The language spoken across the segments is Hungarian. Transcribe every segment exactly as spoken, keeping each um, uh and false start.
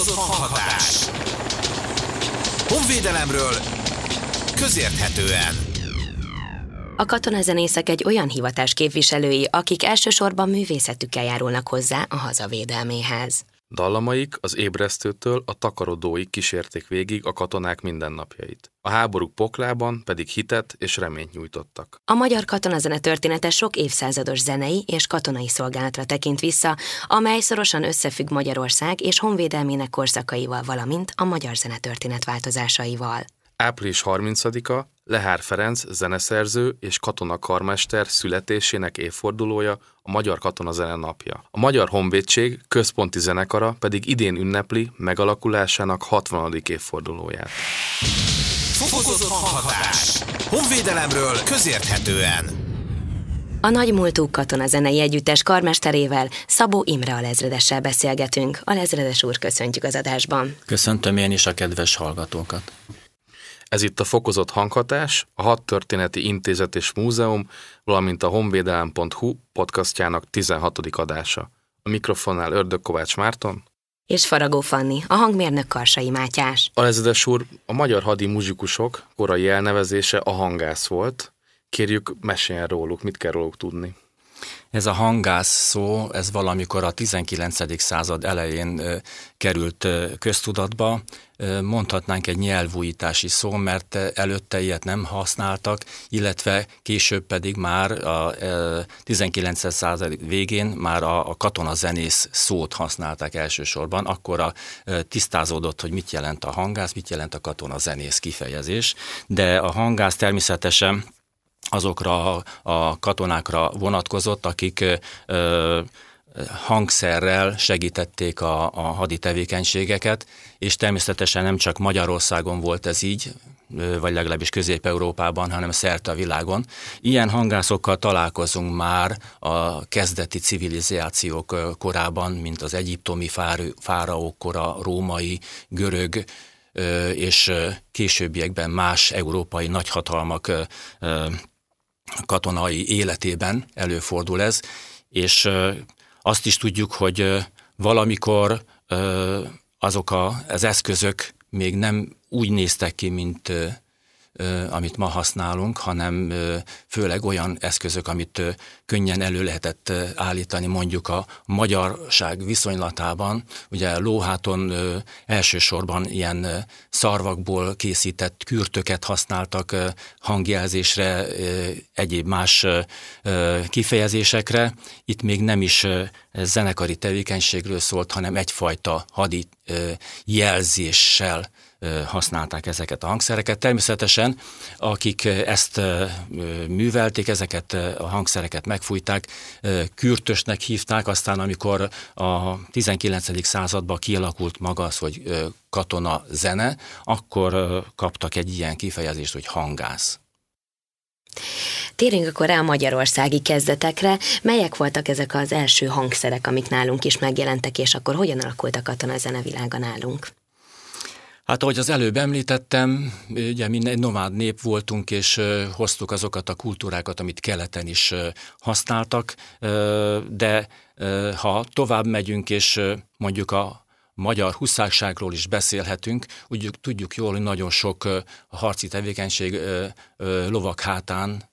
Fokozott hanghatás. Honvédelemről közérthetően. A katonazenészek egy olyan hivatás képviselői, akik elsősorban művészetükkel járulnak hozzá a haza védelméhez. Dallamaik az ébresztőtől a takarodóig kísérték végig a katonák mindennapjait. A háborúk poklában pedig hitet és reményt nyújtottak. A magyar katonazene története sok évszázados zenei és katonai szolgálatra tekint vissza, amely szorosan összefügg Magyarország és honvédelmének korszakaival, valamint a magyar zenetörténet változásaival. április harmincadika Lehár Ferenc zeneszerző és katonakarmester születésének évfordulója, a Magyar Katonazene napja. A Magyar Honvédség központi zenekara pedig idén ünnepli megalakulásának hatvanadik évfordulóját. Fokozott hanghatás. Honvédelemről közérthetően. A nagymúltú katonazenei együttes karmesterével, Szabó Imre alezredessel beszélgetünk. Alezredes úr, köszöntjük az adásban. Köszöntöm én is a kedves hallgatókat. Ez itt a Fokozott hanghatás, a Hadtörténeti Intézet és Múzeum, valamint a honvédelem pont hu podcastjának tizenhatodik adása. A mikrofonnál Ördög Kovács Márton és Faragó Fanni, a hangmérnök Karsai Mátyás. Alezredes úr, a magyar hadi muzsikusok korai elnevezése a hangász volt. Kérjük, meséljen róluk, mit kell róluk tudni? Ez a hangász szó, ez valamikor a tizenkilencedik század elején ö, került ö, köztudatba. Ö, mondhatnánk egy nyelvújítási szó, mert előtte ilyet nem használtak, illetve később pedig már a ö, tizenkilencedik század végén már a, a katonazenész szót használták elsősorban. Akkora ö, tisztázódott, hogy mit jelent a hangász, mit jelent a katonazenész kifejezés, de a hangász természetesen azokra a katonákra vonatkozott, akik ö, hangszerrel segítették a, a hadi tevékenységeket, és természetesen nem csak Magyarországon volt ez így, vagy legalábbis Közép-Európában, hanem szerte a világon. Ilyen hangászokkal találkozunk már a kezdeti civilizációk korában, mint az egyiptomi fáraók kora, római, görög, és későbbiekben más európai nagyhatalmak katonai életében előfordul ez, és azt is tudjuk, hogy valamikor azok az eszközök még nem úgy néztek ki, mint amit ma használunk, hanem főleg olyan eszközök, amit könnyen elő lehetett állítani mondjuk a magyarság viszonylatában. Ugye lóháton elsősorban ilyen szarvakból készített kürtöket használtak hangjelzésre, egyéb más kifejezésekre. Itt még nem is zenekari tevékenységről szólt, hanem egyfajta hadi jelzéssel használták ezeket a hangszereket. Természetesen, akik ezt művelték, ezeket a hangszereket megfújták, kürtösnek hívták, aztán amikor a tizenkilencedik században kialakult maga az, hogy katona zene, akkor kaptak egy ilyen kifejezést, hogy hangász. Térjünk akkor rá a magyarországi kezdetekre. Melyek voltak ezek az első hangszerek, amik nálunk is megjelentek, és akkor hogyan alakult a katonazene világa nálunk? Hát ahogy az előbb említettem, ugye mi egy nomád nép voltunk, és hoztuk azokat a kultúrákat, amit keleten is használtak, de ha tovább megyünk, és mondjuk a magyar huszárságról is beszélhetünk, úgy tudjuk jól, hogy nagyon sok harci tevékenység lovak hátán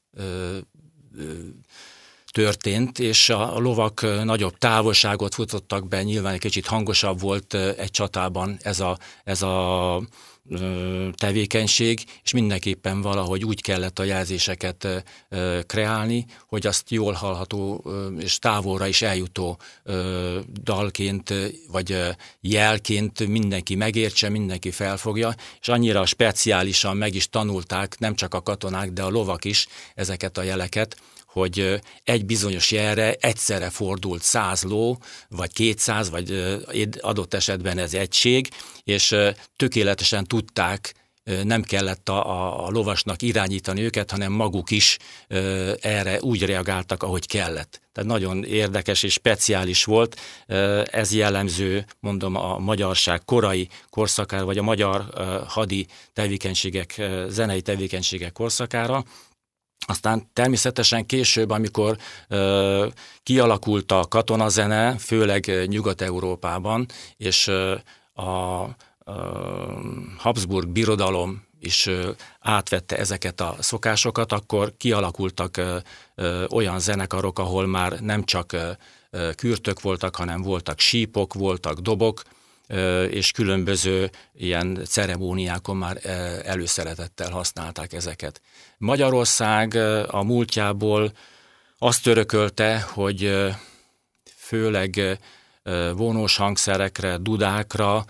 történt, és a lovak nagyobb távolságot futottak be, nyilván egy kicsit hangosabb volt egy csatában ez a, ez a tevékenység, és mindenképpen valahogy úgy kellett a jelzéseket kreálni, hogy azt jól hallható és távolra is eljutó dalként, vagy jelként mindenki megértse, mindenki felfogja, és annyira speciálisan meg is tanulták, nem csak a katonák, de a lovak is ezeket a jeleket, hogy egy bizonyos jelre egyszerre fordult száz ló, vagy kétszáz, vagy adott esetben ez egység, és tökéletesen tudták, nem kellett a, a, a lovasnak irányítani őket, hanem maguk is erre úgy reagáltak, ahogy kellett. Tehát nagyon érdekes és speciális volt. Ez jellemző, mondom, a magyarság korai korszakára, vagy a magyar hadi tevékenységek, zenei tevékenységek korszakára. Aztán természetesen később, amikor ö, kialakult a katonazene, főleg Nyugat-Európában, és ö, a Habsburg birodalom is átvette ezeket a szokásokat, akkor kialakultak olyan zenekarok, ahol már nem csak kürtök voltak, hanem voltak sípok, voltak dobok, és különböző ilyen ceremóniákon már előszeretettel használták ezeket. Magyarország a múltjából azt örökölte, hogy főleg vonós hangszerekre, dudákra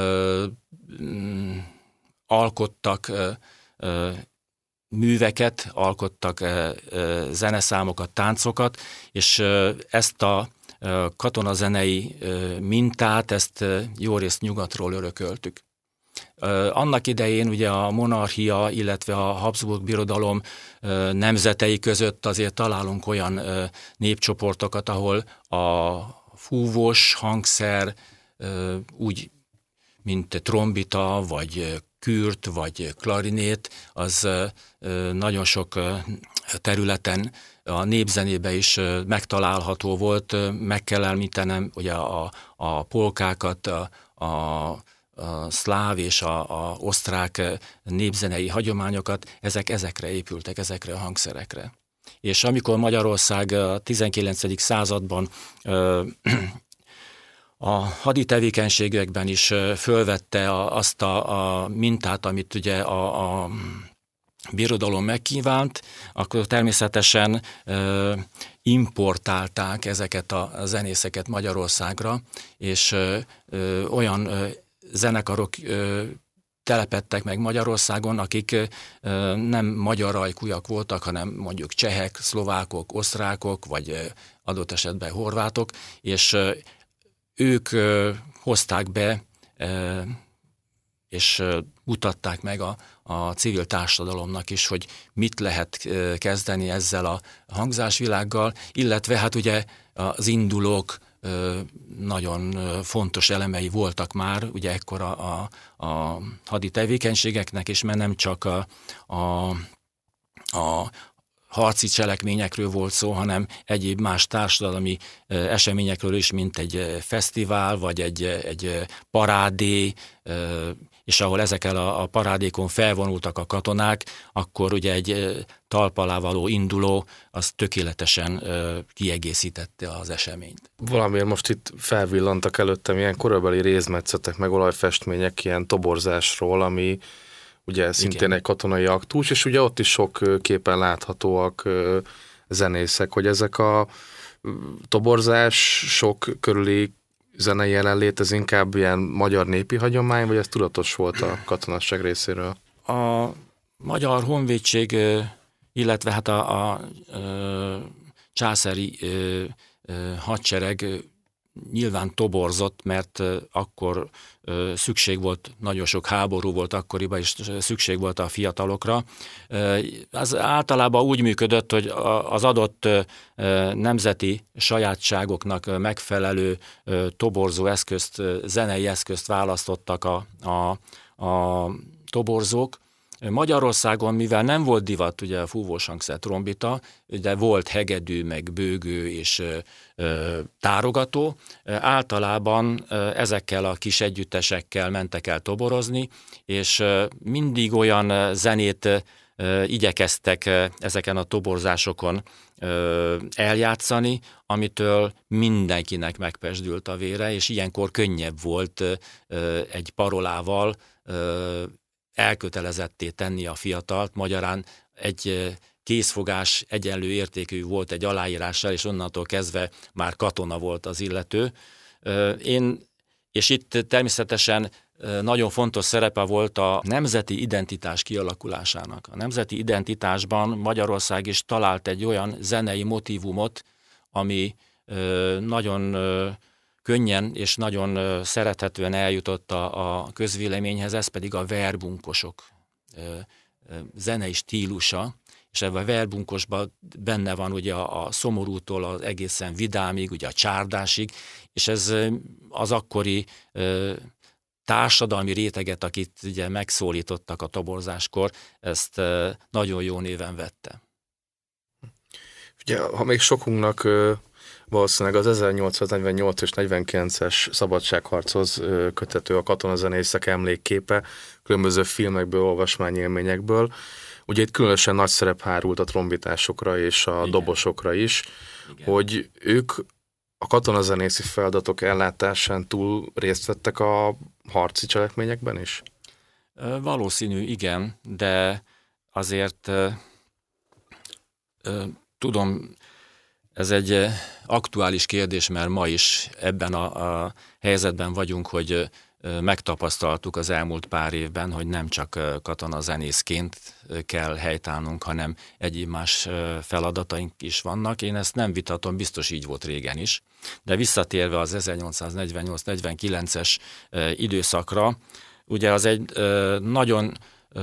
alkottak műveket, alkottak zeneszámokat, táncokat, és ezt a katonazenei mintát, ezt jórészt nyugatról örököltük. Annak idején ugye a monarchia, illetve a Habsburg birodalom nemzetei között azért találunk olyan népcsoportokat, ahol a fúvós hangszer úgy, mint trombita, vagy kürt, vagy klarinét, az nagyon sok területen a népzenébe is megtalálható volt. Meg kell említenem ugye a, a polkákat, a, a, a szláv és a, a osztrák népzenei hagyományokat, ezek ezekre épültek, ezekre a hangszerekre. És amikor Magyarország a tizenkilencedik században a hadi tevékenységekben is fölvette azt a, a mintát, amit ugye a, a birodalom megkívánt, akkor természetesen ö, importálták ezeket a zenészeket Magyarországra, és ö, ö, olyan ö, zenekarok ö, telepedtek meg Magyarországon, akik ö, nem magyar ajkúak voltak, hanem mondjuk csehek, szlovákok, osztrákok, vagy ö, adott esetben horvátok, és ö, ők ö, hozták be ö, és mutatták meg a, a civil társadalomnak is, hogy mit lehet kezdeni ezzel a hangzásvilággal, illetve hát ugye az indulók nagyon fontos elemei voltak már, ugye ekkor a, a, a hadi tevékenységeknek is, mert nem csak a, a, a harci cselekményekről volt szó, hanem egyéb más társadalmi eseményekről is, mint egy fesztivál, vagy egy, egy parádé, és ahol ezekkel a, a parádékon felvonultak a katonák, akkor ugye egy talp alá való induló, az tökéletesen kiegészítette az eseményt. Valamiért most itt felvillantak előttem ilyen korabeli rézmetszetek, meg olajfestmények ilyen toborzásról, ami ugye szintén igen, egy katonai aktus, és ugye ott is sok képen láthatóak zenészek, hogy ezek a toborzások körüli zenei jelenlét, ez inkább ilyen magyar népi hagyomány, vagy ez tudatos volt a katonasság részéről? A magyar honvédség, illetve hát a, a, a császári hadsereg nyilván toborzott, mert akkor szükség volt, nagyon sok háború volt akkoriban, és szükség volt a fiatalokra. Az általában úgy működött, hogy az adott nemzeti sajátságoknak megfelelő toborzó eszközt, zenei eszközt választottak a, a, a toborzók. Magyarországon, mivel nem volt divat ugye a fúvós hangszer, trombita, de volt hegedű, meg bőgő és ö, tárogató, általában ö, ezekkel a kis együttesekkel mentek el toborozni, és ö, mindig olyan zenét ö, igyekeztek ö, ezeken a toborzásokon ö, eljátszani, amitől mindenkinek megpesdült a vére, és ilyenkor könnyebb volt ö, egy parolával ö, elkötelezetté tenni a fiatalt, magyarán egy készfogás egyenlő értékű volt egy aláírással, és onnantól kezdve már katona volt az illető. Én, és itt természetesen nagyon fontos szerepe volt a nemzeti identitás kialakulásának. A nemzeti identitásban Magyarország is talált egy olyan zenei motívumot, ami nagyon könnyen és nagyon szerethetően eljutott a, a közvéleményhez, ez pedig a verbunkosok zenei stílusa, és ebben a verbunkosban benne van ugye a, a szomorútól az egészen vidámig, ugye a csárdásig, és ez az akkori társadalmi réteget, akit ugye megszólítottak a toborzáskor, ezt nagyon jó néven vette. Ugye, ha még sokunknak Valószínűleg az ezernyolcszáznegyvennyolc és negyvenkilences szabadságharchoz köthető a katonazenészek emlékképe, különböző filmekből, olvasmányélményekből. Ugye itt különösen nagy szerep hárult a trombitásokra és a Igen. dobosokra is, Igen. hogy ők a katonazenészi feladatok ellátásán túl részt vettek a harci cselekményekben is? Valószínű, igen, de azért ö, ö, tudom, ez egy aktuális kérdés, mert ma is ebben a, a helyzetben vagyunk, hogy megtapasztaltuk az elmúlt pár évben, hogy nem csak katonazenészként kell helytállnunk, hanem egyéb más feladataink is vannak. Én ezt nem vitatom, biztos így volt régen is. De visszatérve az ezernyolcszáznegyvennyolc negyvenkilences időszakra, ugye az egy nagyon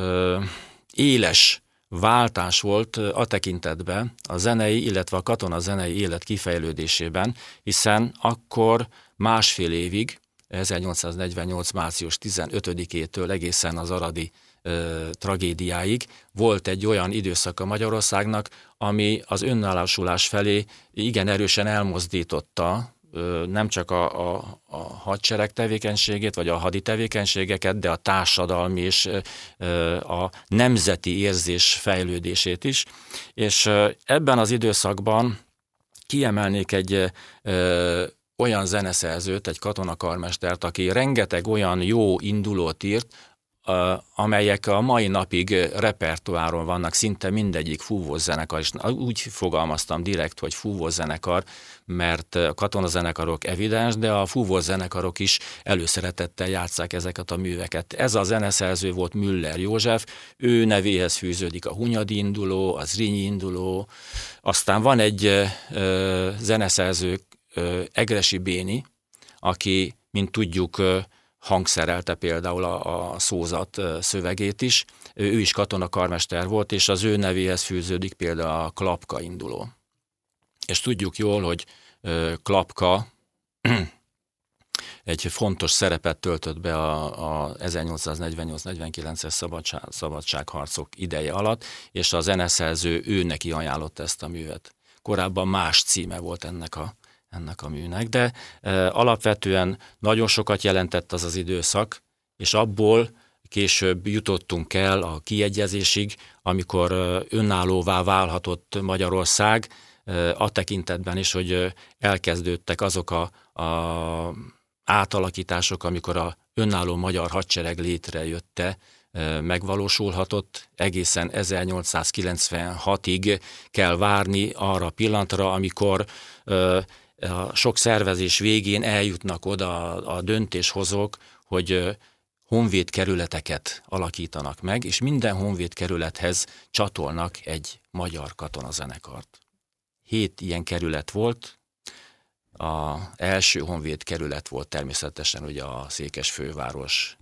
éles váltás volt a tekintetben a zenei, illetve a katonazenei élet kifejlődésében, hiszen akkor másfél évig, ezernyolcszáznegyvennyolc március tizenötödikétől egészen az aradi ö, tragédiáig volt egy olyan időszaka Magyarországnak, ami az önállósulás felé igen erősen elmozdította ö, nem csak a, a, a hadsereg tevékenységét, vagy a hadi tevékenységeket, de a társadalmi és ö, a nemzeti érzés fejlődését is. És ö, ebben az időszakban kiemelnék egy ö, olyan zeneszerzőt, egy katonakarmestert, aki rengeteg olyan jó indulót írt, amelyek a mai napig repertoáron vannak, szinte mindegyik fúvózenekar, és úgy fogalmaztam direkt, hogy fúvózenekar, mert a katonazenekarok evidens, de a fúvózenekarok is előszeretettel játsszák ezeket a műveket. Ez a zeneszerző volt Müller József, ő nevéhez fűződik a Hunyadi induló, a Zrínyi induló, aztán van egy ö, zeneszerző, Egressy Béni, aki, mint tudjuk, hangszerelte például a, a szózat szövegét is. Ő is katonakarmester volt, és az ő nevéhez fűződik például a Klapka induló. És tudjuk jól, hogy Klapka egy fontos szerepet töltött be a, a ezernyolcszáznegyvennyolc negyvenkilences szabadság, szabadságharcok ideje alatt, és a zeneszerző ő neki ajánlott ezt a művet. Korábban más címe volt ennek a ennek a műnek, de e, alapvetően nagyon sokat jelentett az az időszak, és abból később jutottunk el a kiegyezésig, amikor e, önállóvá válhatott Magyarország, e, a tekintetben is, hogy e, elkezdődtek azok a, a átalakítások, amikor a önálló magyar hadsereg létrejötte, e, megvalósulhatott. Egészen ezernyolcszázkilencvenhatig kell várni arra a pillanatra, amikor e, a sok szervezés végén eljutnak oda a döntéshozók, hogy honvéd kerületeket alakítanak meg, és minden honvéd kerülethez csatolnak egy magyar katonazenekart. Hét ilyen kerület volt, az első honvéd kerület volt természetesen ugye a székesfőváros,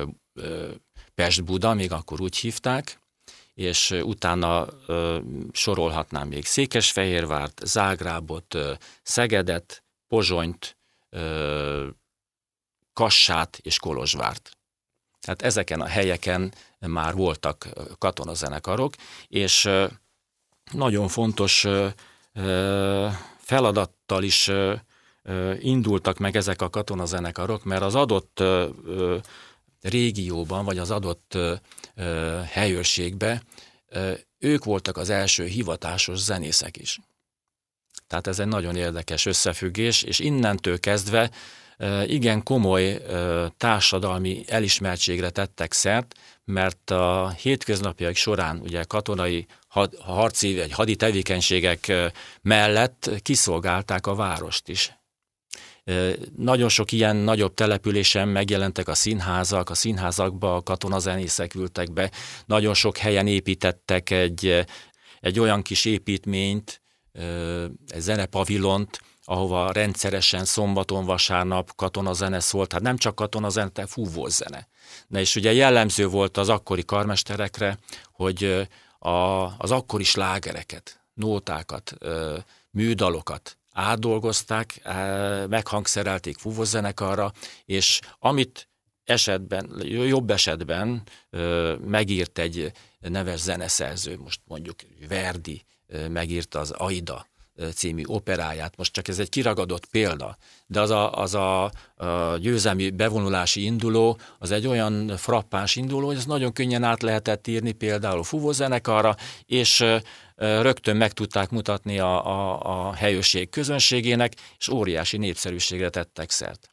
Pest-Buda, még akkor úgy hívták, és utána ö, sorolhatnám még Székesfehérvárt, Zágrábot, ö, Szegedet, Pozsonyt, ö, Kassát és Kolozsvárt. Tehát ezeken a helyeken már voltak katonazenekarok, és ö, nagyon fontos ö, ö, feladattal is ö, ö, indultak meg ezek a katonazenekarok, mert az adott ö, ö, régióban, vagy az adott ö, ö, helyőrségbe ö, ők voltak az első hivatásos zenészek is. Tehát ez egy nagyon érdekes összefüggés, és innentől kezdve ö, igen komoly ö, társadalmi elismertségre tettek szert, mert a hétköznapjaik során ugye katonai had, harci vagy hadi tevékenységek mellett kiszolgálták a várost is. Nagyon sok ilyen nagyobb településen megjelentek a színházak, a színházakba a katonazenészek ültek be, nagyon sok helyen építettek egy, egy olyan kis építményt, egy zenepavilont, ahova rendszeresen szombaton, vasárnap katonazene szólt, tehát nem csak katonazene, de fúvózene. Na és ugye jellemző volt az akkori karmesterekre, hogy a, az akkori slágereket, nótákat, műdalokat átdolgozták, meghangszerelték fúvózenekarra, és amit esetben, jobb esetben megírt egy neves zeneszerző, most mondjuk Verdi megírta az Aida című operáját. Most csak ez egy kiragadott példa, de az a, az a, a győzelmi bevonulási induló, az egy olyan frappáns induló, hogy ez nagyon könnyen át lehetett írni például fúvózenekarra, és rögtön meg tudták mutatni a, a, a helyőrség közönségének, és óriási népszerűségre tettek szert.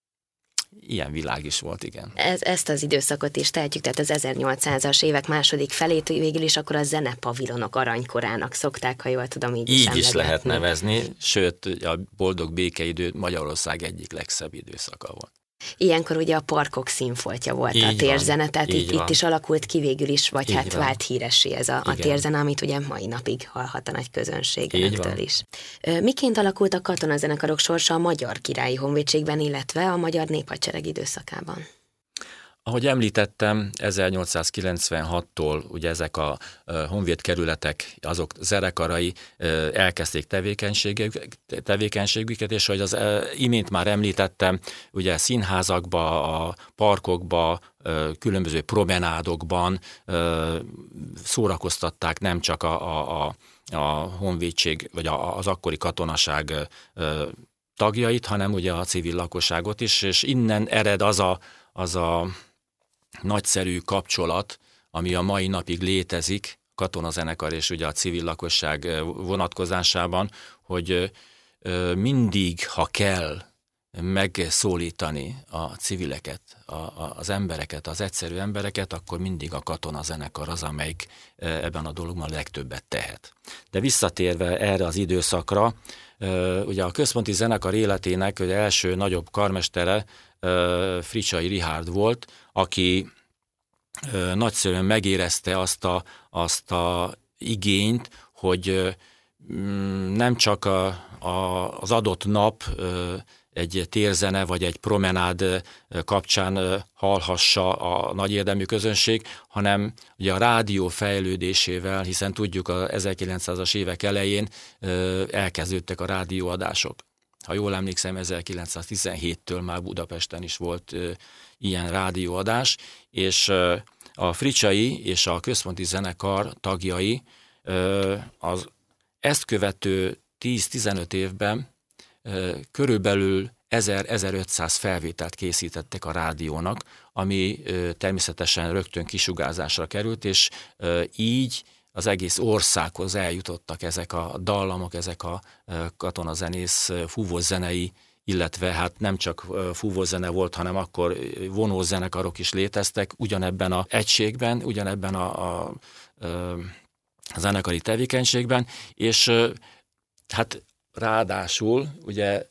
Ilyen világ is volt, igen. Ez, ezt az időszakot is tehetjük, tehát az ezernyolcszázas évek második felét végül is akkor a zenepavilonok aranykorának szokták, ha jól tudom, így, így is Így is lehet nevezni. nevezni, sőt, a boldog békeidő Magyarország egyik legszebb időszaka volt. Ilyenkor ugye a parkok színfoltja volt így a térzene, tehát így itt, itt is alakult ki végül is, vagy így hát van. vált híressé ez a, a térzene, amit ugye mai napig hallhat a nagy közönség önöktől is. Miként alakult a katonazenekarok sorsa a Magyar Királyi Honvédségben, illetve a Magyar Néphadsereg időszakában? Ahogy említettem, ezernyolcszázkilencvenhattól ugye ezek a honvéd kerületek, azok zenekarai elkezdték tevékenységüket, és hogy az imént már említettem, ugye színházakba, a parkokba, különböző promenádokban szórakoztatták nem csak a, a, a, a honvédség, vagy az akkori katonaság tagjait, hanem ugye a civil lakosságot is, és innen ered az a, az a nagyszerű kapcsolat, ami a mai napig létezik, katonazenekar és ugye a civil lakosság vonatkozásában, hogy mindig, ha kell megszólítani a civileket, a, a, az embereket, az egyszerű embereket, akkor mindig a katonazenekar az, amelyik ebben a dologban a legtöbbet tehet. De visszatérve erre az időszakra, ugye a központi zenekar életének ugye első nagyobb karmestere Fricsay Richárd volt, aki nagyszerűen megérezte azt a, azt a igényt, hogy nem csak a, a, az adott nap egy térzene vagy egy promenád kapcsán hallhassa a nagy érdemű közönség, hanem ugye a rádió fejlődésével, hiszen tudjuk az ezerkilencszázas évek elején elkezdődtek a rádióadások. Ha jól emlékszem, ezerkilencszáztizenhéttől már Budapesten is volt ö, ilyen rádióadás, és ö, a Fricsay és a központi zenekar tagjai ö, az ezt követő tíz-tizenöt évben ö, körülbelül ezer-ezerötszáz felvételt készítettek a rádiónak, ami ö, természetesen rögtön kisugárzásra került, és ö, így az egész országhoz eljutottak ezek a dallamok, ezek a katonazenész fúvózenei, illetve hát nem csak fúvózene volt, hanem akkor vonózenekarok is léteztek ugyanebben az egységben, ugyanebben a, a, a zenekari tevékenységben, és hát ráadásul ugye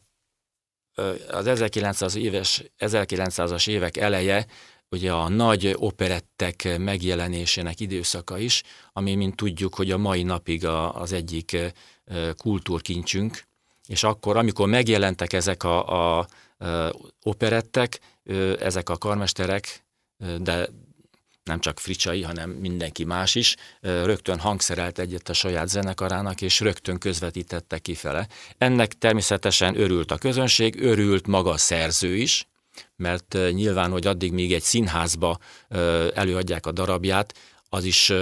az ezerkilencszázas éves, ezerkilencszázas évek eleje ugye a nagy operettek megjelenésének időszaka is, ami, mint tudjuk, hogy a mai napig a, az egyik kultúrkincsünk, és akkor, amikor megjelentek ezek a, a, a operettek, ezek a karmesterek, de nem csak Fricsay, hanem mindenki más is, rögtön hangszerelt egyet a saját zenekarának, és rögtön közvetítette kifele. Ennek természetesen örült a közönség, örült maga a szerző is, mert nyilván, hogy addig még egy színházba előadják a darabját, az is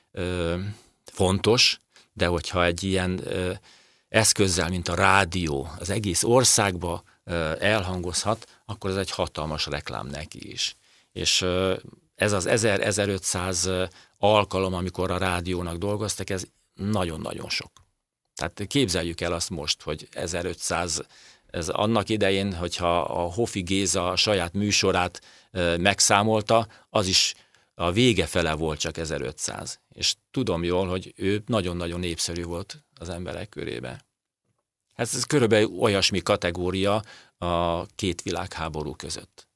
fontos, de hogyha egy ilyen eszközzel, mint a rádió, az egész országba elhangozhat, akkor ez egy hatalmas reklám neki is. És ez az ezer-ezerötszáz alkalom, amikor a rádiónak dolgoztak, ez nagyon-nagyon sok. Tehát képzeljük el azt most, hogy ezerötszáz. Ez annak idején, hogyha a Hofi Géza a saját műsorát e, megszámolta, az is a vége fele volt csak ezerötszáz. És tudom jól, hogy ő nagyon-nagyon népszerű volt az emberek körében. Ez, ez körülbelül olyasmi kategória a két világháború között.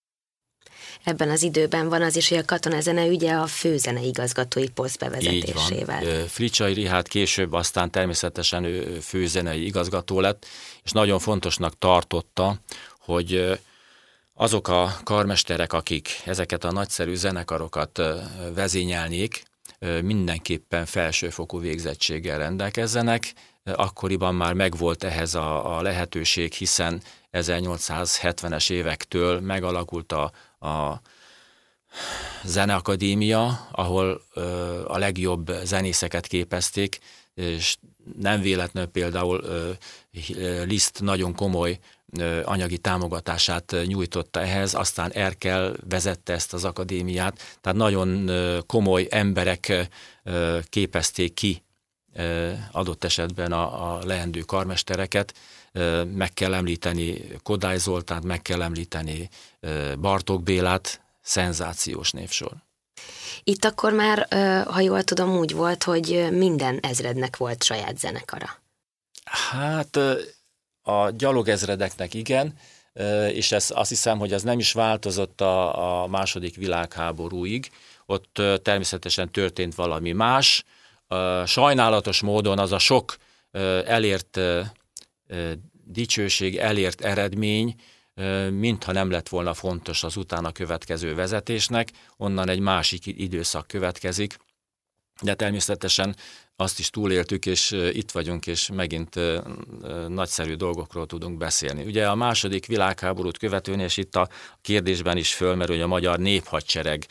Ebben az időben van az is, hogy a katonazene ügye a főzeneigazgatói poszt bevezetésével. Így van. Fricsay Richárd később aztán természetesen ő főzenei igazgató lett, és nagyon fontosnak tartotta, hogy azok a karmesterek, akik ezeket a nagyszerű zenekarokat vezényelnék, mindenképpen felsőfokú végzettséggel rendelkezzenek. Akkoriban már megvolt ehhez a, a lehetőség, hiszen ezernyolcszázhetvenes évektől megalakult a, a zeneakadémia, ahol a legjobb zenészeket képezték, és nem véletlenül például Liszt nagyon komoly anyagi támogatását nyújtotta ehhez, aztán Erkel vezette ezt az akadémiát, tehát nagyon komoly emberek képezték ki adott esetben a, a leendő karmestereket. Meg kell említeni Kodály Zoltánt, meg kell említeni Bartók Bélát, szenzációs névsor. Itt akkor már, ha jól tudom, úgy volt, hogy minden ezrednek volt saját zenekara. Hát a gyalogezredeknek igen, és ez, azt hiszem, hogy az nem is változott a, a második világháborúig. Ott természetesen történt valami más. Sajnálatos módon az a sok elért dicsőség, elért eredmény, mintha nem lett volna fontos az utána következő vezetésnek, onnan egy másik időszak következik, de természetesen azt is túléltük, és itt vagyunk, és megint nagyszerű dolgokról tudunk beszélni. Ugye a második világháborút követően, és itt a kérdésben is fölmerül, hogy a magyar néphadsereg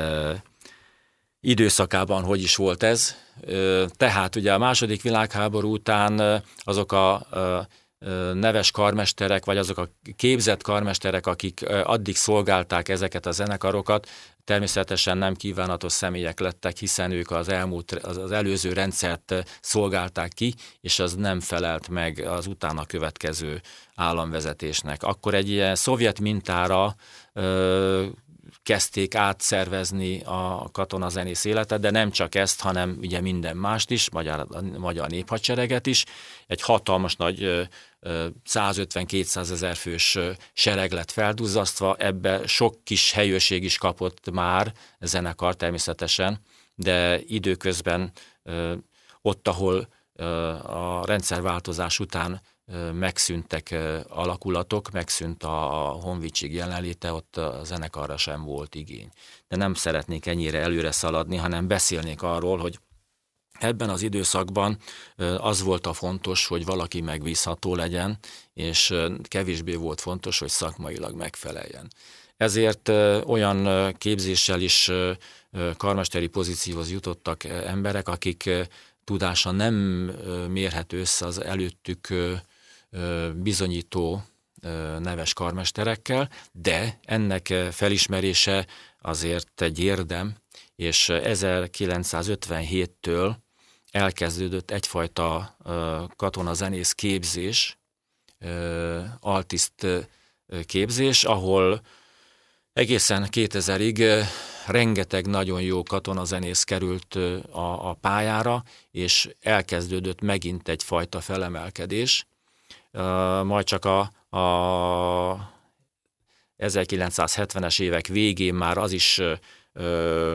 időszakában hogy is volt ez. Tehát ugye a második világháború után azok a neves karmesterek, vagy azok a képzett karmesterek, akik addig szolgálták ezeket a zenekarokat, természetesen nem kívánatos személyek lettek, hiszen ők az elmúlt, az előző rendszert szolgálták ki, és az nem felelt meg az utána következő államvezetésnek. Akkor egy ilyen szovjet mintára ö, kezdték átszervezni a katonazenész életet, de nem csak ezt, hanem ugye minden mást is, magyar, magyar néphadsereget is. Egy hatalmas nagy százötven-kétszázezer fős sereg lett felduzzasztva, ebbe sok kis helyőrség is kapott már, zenekar természetesen, de időközben ott, ahol a rendszerváltozás után megszűntek alakulatok, megszűnt a honvédség jelenléte, ott a zenekarra sem volt igény. De nem szeretnék ennyire előre szaladni, hanem beszélnék arról, hogy ebben az időszakban az volt a fontos, hogy valaki megbízható legyen, és kevésbé volt fontos, hogy szakmailag megfeleljen. Ezért olyan képzéssel is karmesteri pozícióhoz jutottak emberek, akik tudása nem mérhető össze az előttük bizonyító neves karmesterekkel, de ennek felismerése azért egy érdem, és ezerkilencszázötvenhéttől elkezdődött egyfajta katonazenész képzés, altiszt képzés, ahol egészen kétezerig rengeteg nagyon jó katonazenész került a, a pályára, és elkezdődött megint egyfajta felemelkedés. Majd csak a, a ezerkilencszázhetvenes évek végén már az is ö,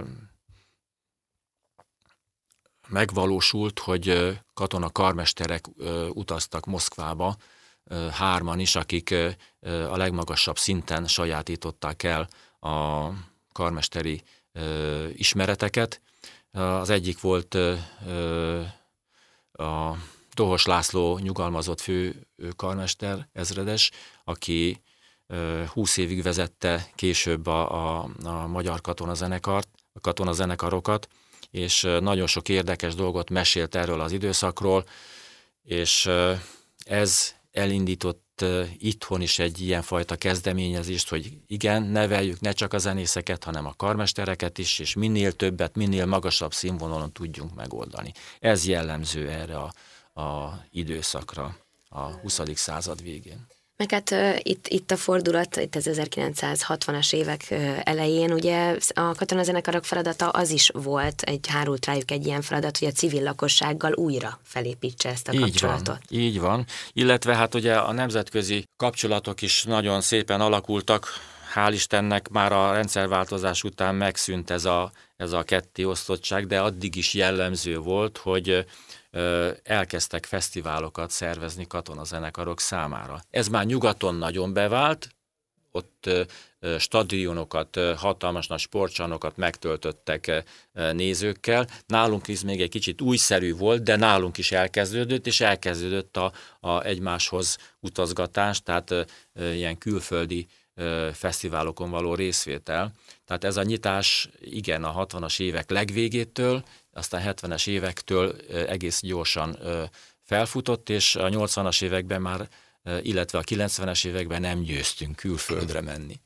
megvalósult, hogy katona karmesterek ö, utaztak Moszkvába, ö, hárman is, akik ö, a legmagasabb szinten sajátították el a karmesteri ö, ismereteket. Az egyik volt ö, ö, a Dohos László nyugalmazott fő karmester, ezredes, aki húsz évig vezette később a, a, a magyar katonazenekart, a katonazenekarokat, és nagyon sok érdekes dolgot mesélt erről az időszakról, és ez elindított itthon is egy ilyenfajta kezdeményezést, hogy igen, neveljük ne csak a zenészeket, hanem a karmestereket is, és minél többet, minél magasabb színvonalon tudjunk megoldani. Ez jellemző erre a a időszakra a huszadik század végén. Meg hát uh, itt, itt a fordulat, itt az ezerkilencszázhatvanas évek uh, elején, ugye a katonazenekarok feladata az is volt, egy hárult rájuk egy ilyen feladat, hogy a civil lakossággal újra felépítse ezt a így kapcsolatot. Van, így van, illetve hát ugye a nemzetközi kapcsolatok is nagyon szépen alakultak, hál' Istennek már a rendszerváltozás után megszűnt ez a, ez a kettéosztottság, de addig is jellemző volt, hogy elkezdtek fesztiválokat szervezni katonazenekarok számára. Ez már nyugaton nagyon bevált, ott stadionokat, hatalmas nagy sportcsarnokat megtöltöttek nézőkkel. Nálunk is még egy kicsit újszerű volt, de nálunk is elkezdődött, és elkezdődött a, a egymáshoz utazgatás, tehát ilyen külföldi fesztiválokon való részvétel. Tehát ez a nyitás igen a hatvanas évek legvégétől, aztán hetvenes évektől egész gyorsan felfutott, és a nyolcvanas években már, illetve a kilencvenes években nem győztünk külföldre menni.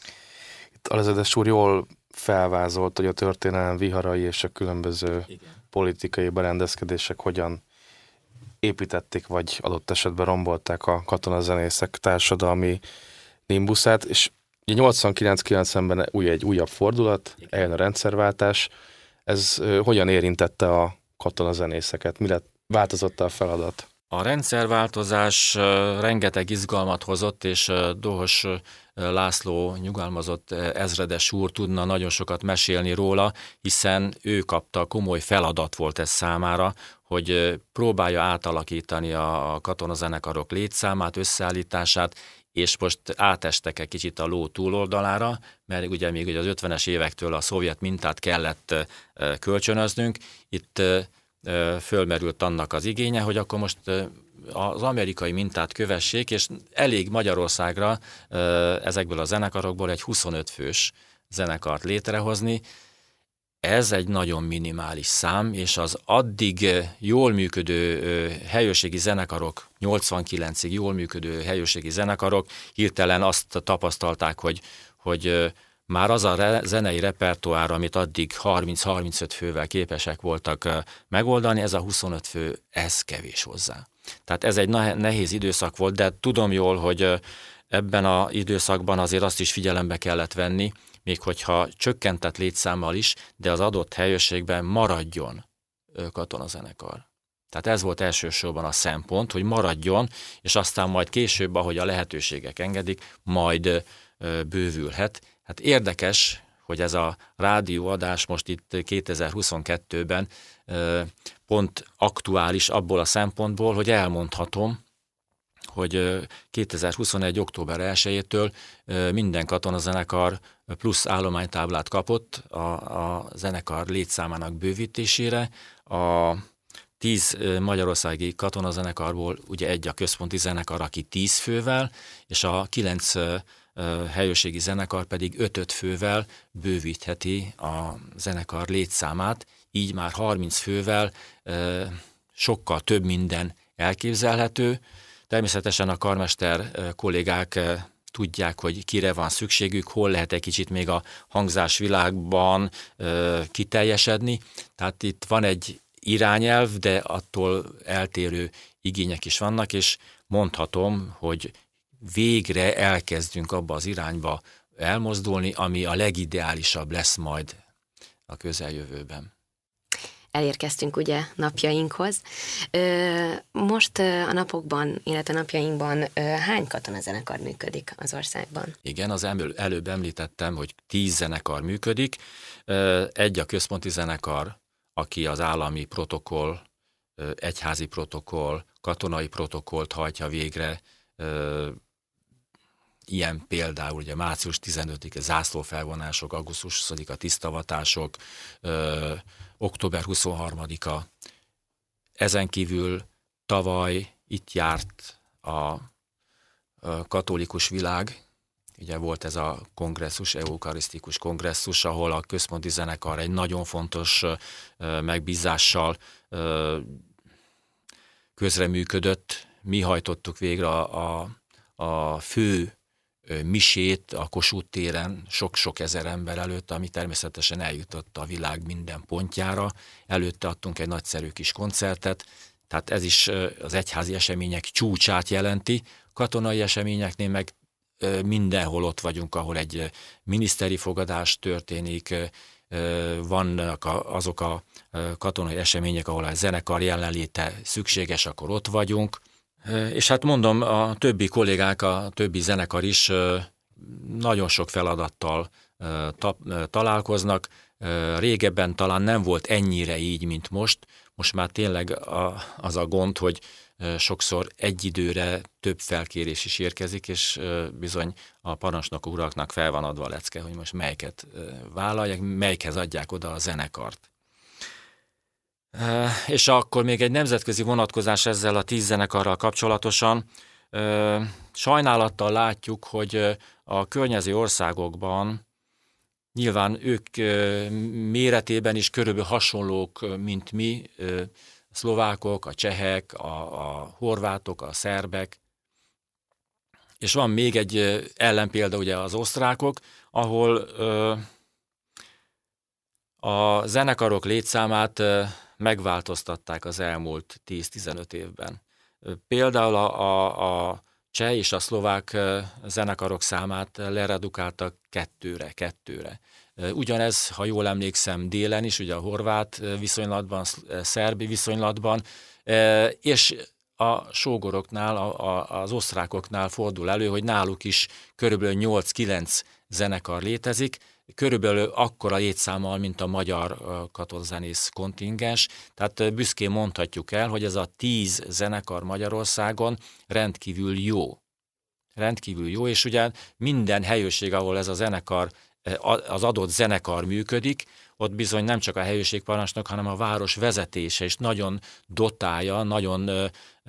Itt Alezredes úr jól felvázolt, hogy a történelem viharai és a különböző igen. politikai berendezkedések hogyan építették, vagy adott esetben rombolták a katonazenészek társadalmi nimbuszát, és nyolcvankilenc kilencvenben új egy újabb fordulat, igen. eljön a rendszerváltás. Ez ö, hogyan érintette a katonazenészeket? Mi lett, változott a feladat? A rendszerváltozás rengeteg izgalmat hozott, és Dohos László nyugalmazott ezredes úr tudna nagyon sokat mesélni róla, hiszen ő kapta, komoly feladat volt ez számára, hogy próbálja átalakítani a katonazenekarok létszámát, összeállítását, és most átestek egy kicsit a ló túloldalára, mert ugye még ugye az ötvenes évektől a szovjet mintát kellett kölcsönöznünk. Itt fölmerült annak az igénye, hogy akkor most az amerikai mintát kövessék, és elég Magyarországra ezekből a zenekarokból egy huszonöt fős zenekart létrehozni. Ez egy nagyon minimális szám, és az addig jól működő helyőrségi zenekarok, nyolcvankilencig jól működő helyőrségi zenekarok hirtelen azt tapasztalták, hogy, hogy már az a re, zenei repertoár, amit addig harminc-harmincöt fővel képesek voltak megoldani, ez a huszonöt fő, ez kevés hozzá. Tehát ez egy nehéz időszak volt, de tudom jól, hogy ebben az időszakban azért azt is figyelembe kellett venni, még hogyha csökkentett létszámmal is, de az adott helyőrségben maradjon katonazenekar. Tehát ez volt elsősorban a szempont, hogy maradjon, és aztán majd később, ahogy a lehetőségek engedik, majd bővülhet. Hát érdekes, hogy ez a rádióadás most itt kétezer-huszonkettőben pont aktuális abból a szempontból, hogy elmondhatom, hogy kétezer-huszonegy. október elsejétől minden katonazenekar plusz állománytáblát kapott a, a zenekar létszámának bővítésére. A tíz magyarországi katonazenekarból ugye egy a központi zenekar, aki tíz fővel, és a kilenc helyőrségi zenekar pedig öt-öt fővel bővítheti a zenekar létszámát, így már harminc fővel sokkal több minden elképzelhető. Természetesen a karmester kollégák tudják, hogy kire van szükségük, hol lehet egy kicsit még a hangzásvilágban kiteljesedni. Tehát itt van egy irányelv, de attól eltérő igények is vannak, és mondhatom, hogy végre elkezdünk abba az irányba elmozdulni, ami a legideálisabb lesz majd a közeljövőben. Elérkeztünk ugye napjainkhoz. Most a napokban, illetve napjainkban hány katonazenekar működik az országban? Igen, az előbb említettem, hogy tíz zenekar működik. Egy a központi zenekar, aki az állami protokoll, egyházi protokoll, katonai protokollt hajtja végre. Ilyen például ugye március tizenötödike zászlófelvonások, augusztus huszadika tisztavatások, ö, október huszonharmadika. Ezen kívül tavaly itt járt a, a katolikus világ, ugye volt ez a kongresszus, eukarisztikus kongresszus, ahol a központi zenekar egy nagyon fontos ö, megbízással ö, közreműködött. Mi hajtottuk végre a, a, a fő misét a Kossuth téren sok-sok ezer ember előtt, ami természetesen eljutott a világ minden pontjára. Előtte adtunk egy nagyszerű kis koncertet, tehát ez is az egyházi események csúcsát jelenti. Katonai eseményeknél meg mindenhol ott vagyunk, ahol egy miniszteri fogadás történik, vannak azok a katonai események, ahol a zenekar jelenléte szükséges, akkor ott vagyunk. És hát mondom, a többi kollégák, a többi zenekar is nagyon sok feladattal találkoznak. Régebben talán nem volt ennyire így, mint most. Most már tényleg az a gond, hogy sokszor egy időre több felkérés is érkezik, és bizony a parancsnok uraknak fel van adva a lecke, hogy most melyiket vállalják, melyikhez adják oda a zenekart. És akkor még egy nemzetközi vonatkozás ezzel a tíz zenekarral kapcsolatosan. Sajnálattal látjuk, hogy a környező országokban nyilván ők méretében is körülbelül hasonlók, mint mi, a szlovákok, a csehek, a, a horvátok, a szerbek, és van még egy ellenpélda, ugye az osztrákok, ahol a zenekarok létszámát megváltoztatták az elmúlt tíz-tizenöt évben. Például a, a, a cseh és a szlovák zenekarok számát leredukáltak kettőre, kettőre. Ugyanez, ha jól emlékszem, délen is, ugye a horvát viszonylatban, szerbi viszonylatban, és a sógoroknál, a, a, az osztrákoknál fordul elő, hogy náluk is körülbelül nyolc-kilenc zenekar létezik, körülbelül akkora létszámmal, mint a magyar katonzenész kontingens, tehát büszkén mondhatjuk el, hogy ez a tíz zenekar Magyarországon rendkívül jó. Rendkívül jó, és ugye minden helyőrség, ahol ez a zenekar, az adott zenekar működik, ott bizony nem csak a helyőrségparancsnok, hanem a város vezetése is nagyon dotálja, nagyon ö,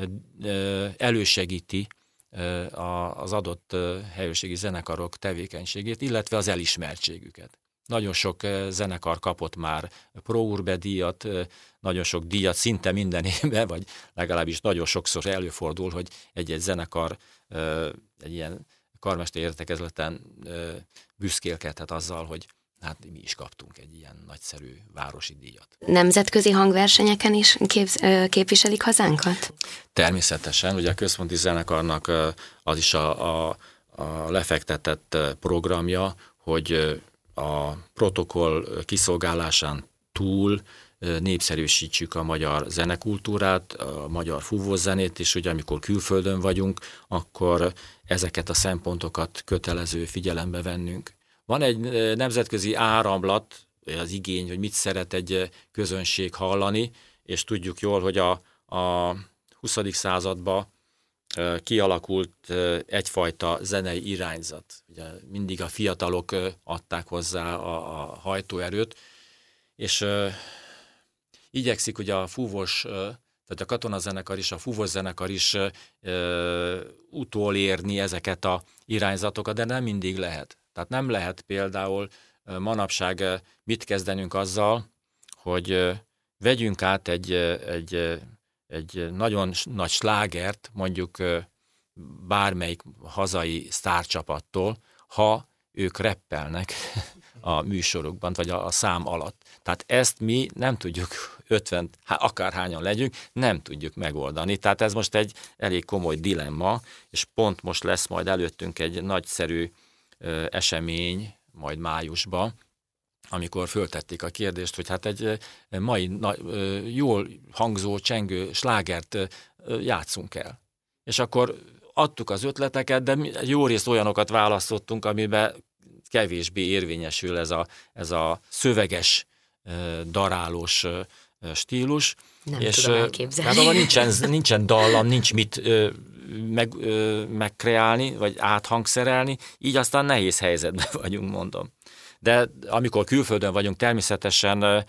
ö, elősegíti ö, az adott helyőrségi zenekarok tevékenységét, illetve az elismertségüket. Nagyon sok zenekar kapott már Pro Urbe díjat, nagyon sok díjat szinte minden évben, vagy legalábbis nagyon sokszor előfordul, hogy egy-egy zenekar egy ilyen karmester értekezleten büszkélkedhet azzal, hogy hát mi is kaptunk egy ilyen nagyszerű városi díjat. Nemzetközi hangversenyeken is képz, képviselik hazánkat? Természetesen, ugye a központi zenekarnak az is a, a, a lefektetett programja, hogy a protokoll kiszolgálásán túl népszerűsítsük a magyar zenekultúrát, a magyar fúvózenét, és ugye amikor külföldön vagyunk, akkor ezeket a szempontokat kötelező figyelembe vennünk. Van egy nemzetközi áramlat, az igény, hogy mit szeret egy közönség hallani, és tudjuk jól, hogy a, a huszadik században kialakult egyfajta zenei irányzat. Ugye mindig a fiatalok adták hozzá a, a hajtóerőt, és uh, igyekszik ugye a fúvós, uh, tehát a katonazenekar is, a fúvós zenekar is uh, utolérni ezeket a irányzatokat, de nem mindig lehet. Tehát nem lehet például uh, manapság uh, mit kezdenünk azzal, hogy uh, vegyünk át egy, uh, egy, uh, egy nagyon nagy slágert, mondjuk uh, bármelyik hazai sztárcsapattól, ha ők reppelnek a műsorokban, vagy a, a szám alatt. Tehát ezt mi nem tudjuk ötven, akárhányan legyünk, nem tudjuk megoldani. Tehát ez most egy elég komoly dilemma, és pont most lesz majd előttünk egy nagyszerű ö, esemény, majd májusban, amikor föltették a kérdést, hogy hát egy mai na, ö, jól hangzó, csengő slágert ö, játszunk el. És akkor adtuk az ötleteket, de jó részt olyanokat választottunk, amiben kevésbé érvényesül ez a, ez a szöveges, darálós stílus. Nem és tudom elképzelni. Hát, nincsen, nincsen dallam, nincs mit meg, megkreálni, vagy áthangszerelni, így aztán nehéz helyzetben vagyunk, mondom. De amikor külföldön vagyunk, természetesen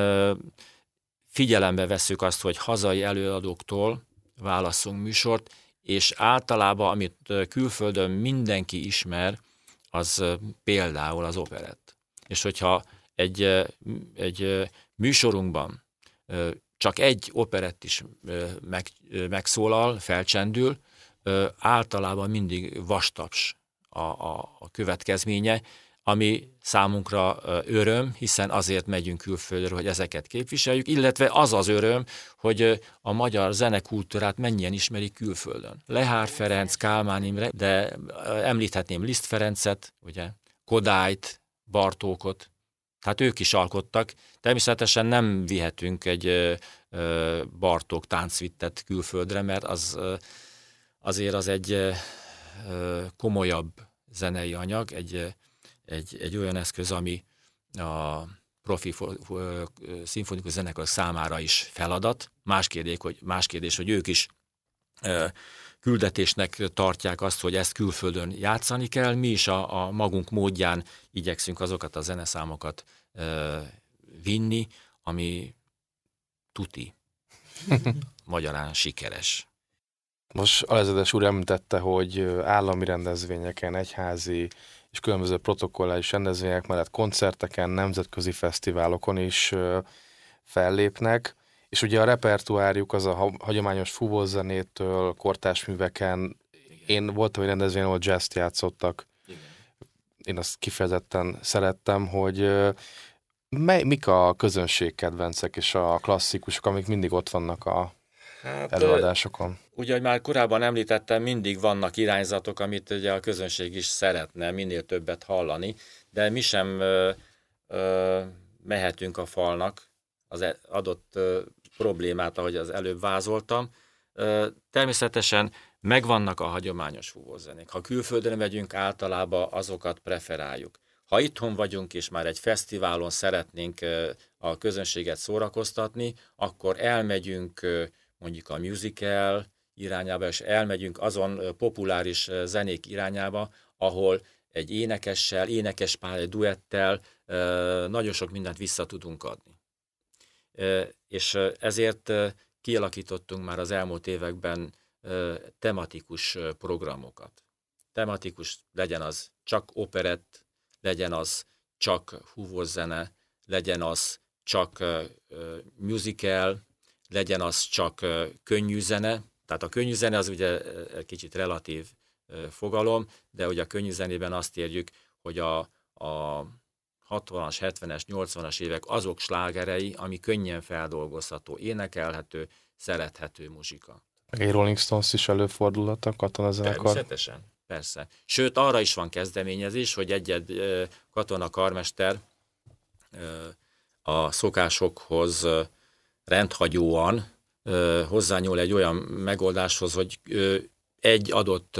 figyelembe vesszük azt, hogy hazai előadóktól válasszunk műsort, és általában, amit külföldön mindenki ismer, az például az operett. És hogyha egy, egy műsorunkban csak egy operett is meg, megszólal, felcsendül, általában mindig vastaps a, a, a következménye, ami számunkra öröm, hiszen azért megyünk külföldre, hogy ezeket képviseljük, illetve az az öröm, hogy a magyar zenekultúrát mennyien ismerik külföldön. Lehár Ferenc, Kálmán Imre, de említhetném Liszt Ferencet, ugye, Kodályt, Bartókot, tehát ők is alkottak. Természetesen nem vihetünk egy Bartók táncvittet külföldre, mert az azért az egy komolyabb zenei anyag, egy Egy, egy olyan eszköz, ami a profi szimfonikus zenekar számára is feladat. Más kérdés, hogy, más kérdés, hogy ők is e, küldetésnek tartják azt, hogy ezt külföldön játszani kell. Mi is a, a magunk módján igyekszünk azokat a zeneszámokat e, vinni, ami tuti, magyarán sikeres. Most Alezredes úr említette, hogy állami rendezvényeken, egyházi és különböző protokollális rendezvények mellett koncerteken, nemzetközi fesztiválokon is fellépnek, és ugye a repertoárjuk az a hagyományos fúvózenétől, kortárs műveken, én voltam egy rendezvényen, ahol jazzt játszottak. Igen. Én azt kifejezetten szerettem, hogy mely, mik a közönségkedvencek és a klasszikusok, amik mindig ott vannak a hát, előadásokon. Ugye, hogy már korábban említettem, mindig vannak irányzatok, amit ugye a közönség is szeretne minél többet hallani, de mi sem ö, ö, mehetünk a falnak az adott ö, problémát, ahogy az előbb vázoltam. Ö, természetesen megvannak a hagyományos fúvózenék. Ha külföldre megyünk, általában azokat preferáljuk. Ha itthon vagyunk, és már egy fesztiválon szeretnénk a közönséget szórakoztatni, akkor elmegyünk mondjuk a musical irányába, és elmegyünk azon populáris zenék irányába, ahol egy énekessel, énekespár, egy duettel nagyon sok mindent vissza tudunk adni. És ezért kialakítottunk már az elmúlt években tematikus programokat. Tematikus, legyen az csak operett, legyen az csak húvózene, legyen az csak uh, musical, legyen az csak uh, könnyű zene. Tehát a könnyű zene az ugye egy kicsit relatív uh, fogalom, de ugye a könnyű zenében azt érjük, hogy a, a hatvanas, hetvenes, nyolcvanas évek azok slágerei, ami könnyen feldolgozható, énekelhető, szerethető muzsika. Egy Rolling Stones is előfordulhat a katonazenekar? Természetesen, persze. Sőt, arra is van kezdeményezés, hogy egy-egy katonakarmester a szokásokhoz rendhagyóan hozzányúl egy olyan megoldáshoz, hogy egy adott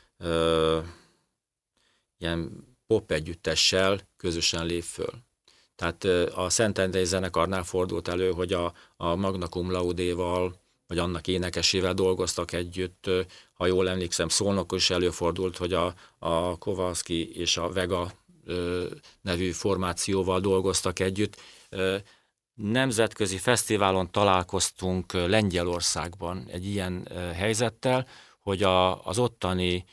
ilyen pop együttessel közösen lép föl. Tehát a Szentendrei zenekarnál fordult elő, hogy a, a Magna Cum Laude-val vagy annak énekesével dolgoztak együtt. Ha jól emlékszem, Szolnokon is előfordult, hogy a, a Kowalski és a Vega ö, nevű formációval dolgoztak együtt. Ö, nemzetközi fesztiválon találkoztunk Lengyelországban egy ilyen ö, helyzettel, hogy a, az ottani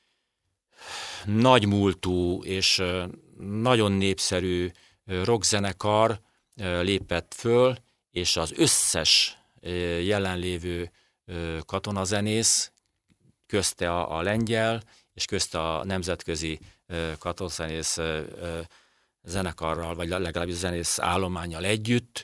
nagymúltú és ö, nagyon népszerű rockzenekar ö, lépett föl, és az összes jelenlévő katonazenész, közte a, a lengyel, és közte a nemzetközi katonazenész zenekarral, vagy legalábbis zenész állománnyal együtt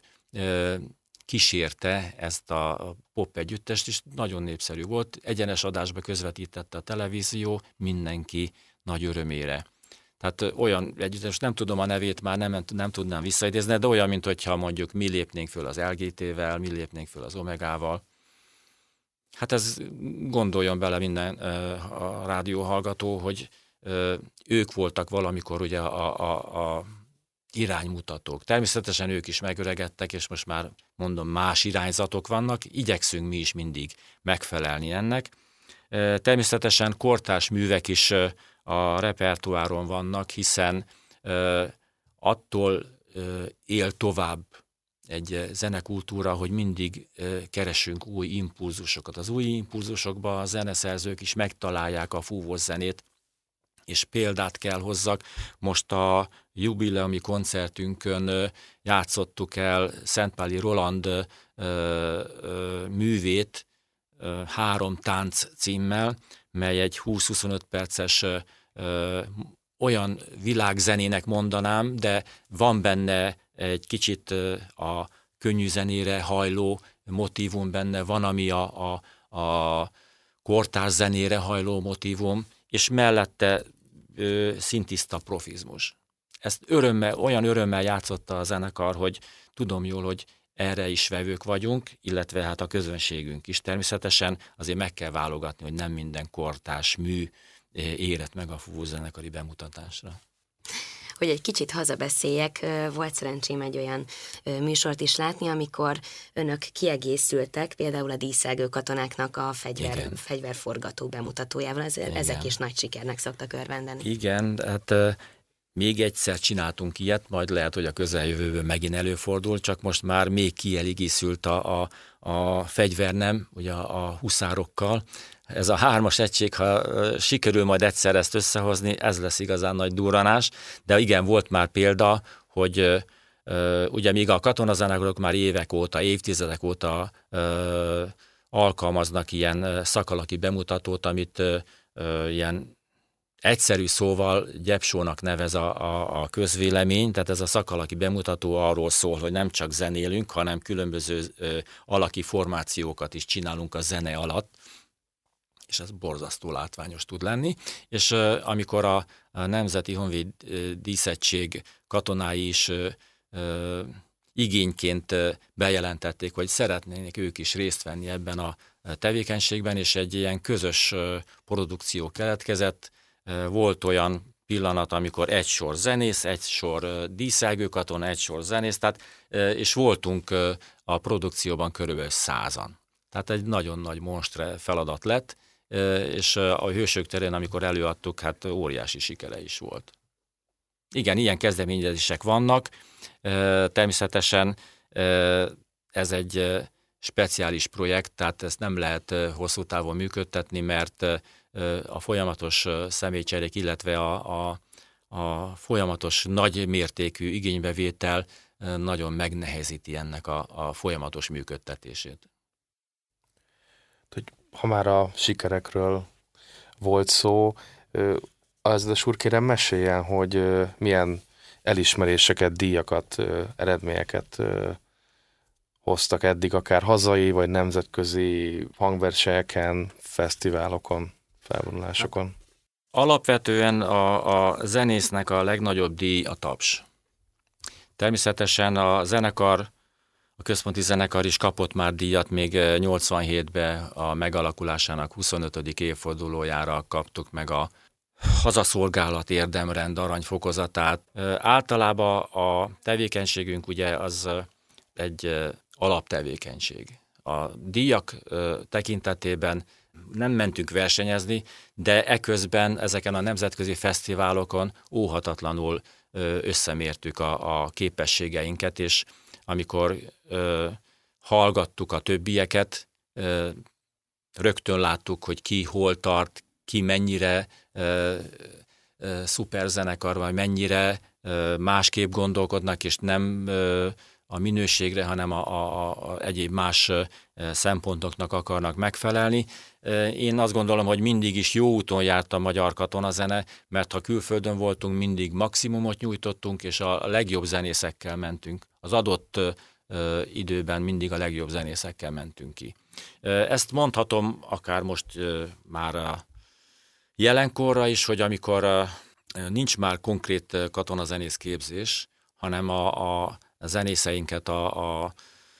kísérte ezt a pop együttest, és nagyon népszerű volt. Egyenes adásba közvetítette a televízió mindenki nagy örömére. Tehát olyan együttes, nem tudom a nevét, már nem, nem tudnám visszaidézni, de olyan, mint hogyha mondjuk mi lépnénk föl az el gé té-vel, mi lépnénk föl az Omegával. Hát ez gondoljon bele minden a rádióhallgató, hogy ők voltak valamikor ugye a, a, a iránymutatók. Természetesen ők is megöregedtek, és most már mondom, más irányzatok vannak, igyekszünk mi is mindig megfelelni ennek. Természetesen kortárs művek is a repertoáron vannak, hiszen uh, attól uh, él tovább egy zenekultúra, hogy mindig uh, keresünk új impulzusokat. Az új impulzusokban a zeneszerzők is megtalálják a fúvós zenét, és példát kell hozzak. Most a jubileumi koncertünkön uh, játszottuk el Szentpáli Roland uh, uh, művét uh, Három tánc címmel, mely egy húsz-huszonöt perces ö, ö, olyan világzenének mondanám, de van benne egy kicsit ö, a könnyű zenére hajló motívum benne, van, ami a, a, a kortárs zenére hajló motívum, és mellette ö, szintiszta profizmus. Ezt örömmel, olyan örömmel játszotta a zenekar, hogy tudom jól, hogy erre is vevők vagyunk, illetve hát a közönségünk is. Természetesen azért meg kell válogatni, hogy nem minden kortárs mű érett meg a fúvózenekari bemutatásra. Hogy egy kicsit hazabeszéljek, volt szerencsém egy olyan műsort is látni, amikor önök kiegészültek, például a díszelgő katonáknak a fegyver, fegyverforgató bemutatójával. Ez, ezek is nagy sikernek szoktak örvendeni. Igen, hát még egyszer csináltunk ilyet, majd lehet, hogy a közeljövőben megint előfordul, csak most már még kielégészült a, a, a fegyvernem, ugye a, a huszárokkal, ez a hármas egység, ha sikerül majd egyszer ezt összehozni, ez lesz igazán nagy durranás, de igen, volt már példa, hogy ugye míg a katonazenekarok már évek óta, évtizedek óta alkalmaznak ilyen szakalaki bemutatót, amit ilyen egyszerű szóval gyepsónak nevez a, a, a közvélemény, tehát ez a szakalaki bemutató arról szól, hogy nem csak zenélünk, hanem különböző ö, alaki formációkat is csinálunk a zene alatt, és ez borzasztó látványos tud lenni, és ö, amikor a, a Nemzeti Honvéd Díszettség katonái is ö, ö, igényként ö, bejelentették, hogy szeretnének ők is részt venni ebben a tevékenységben, és egy ilyen közös ö, produkció keletkezett. Volt olyan pillanat, amikor egy sor zenész, egy sor díszelgő katona, egy sor zenész, tehát, és voltunk a produkcióban körülbelül százan. Tehát egy nagyon nagy monstre feladat lett, és a Hősök terén, amikor előadtuk, hát óriási sikere is volt. Igen, ilyen kezdeményezések vannak, természetesen ez egy speciális projekt, tehát ezt nem lehet hosszú távon működtetni, mert a folyamatos személycserék, illetve a, a, a folyamatos nagy mértékű igénybevétel nagyon megnehezíti ennek a, a folyamatos működtetését. Hogy ha már a sikerekről volt szó, az úr, kérem meséljen, hogy milyen elismeréseket, díjakat, eredményeket hoztak eddig, akár hazai vagy nemzetközi hangversenyeken, fesztiválokon, felvonulásokon. Alapvetően a, a zenésznek a legnagyobb díj a taps. Természetesen a zenekar, a központi zenekar is kapott már díjat, még nyolcvanhétben a megalakulásának huszonötödik évfordulójára kaptuk meg a hazaszolgálat érdemrend aranyfokozatát. Általában a tevékenységünk ugye az egy alaptevékenység. A díjak tekintetében nem mentünk versenyezni, de eközben ezeken a nemzetközi fesztiválokon óhatatlanul összemértük a, a képességeinket, és amikor ö, hallgattuk a többieket, ö, rögtön láttuk, hogy ki hol tart, ki mennyire ö, ö, szuperzenekar, vagy mennyire ö, másképp gondolkodnak, és nem ö, a minőségre, hanem a, a, a egyéb más szempontoknak akarnak megfelelni. Én azt gondolom, hogy mindig is jó úton járt a magyar katonazene, mert ha külföldön voltunk, mindig maximumot nyújtottunk, és a legjobb zenészekkel mentünk. Az adott időben mindig a legjobb zenészekkel mentünk ki. Ezt mondhatom akár most már a jelenkorra is, hogy amikor nincs már konkrét katonazenész képzés, hanem a, a a zenészeinket a, a,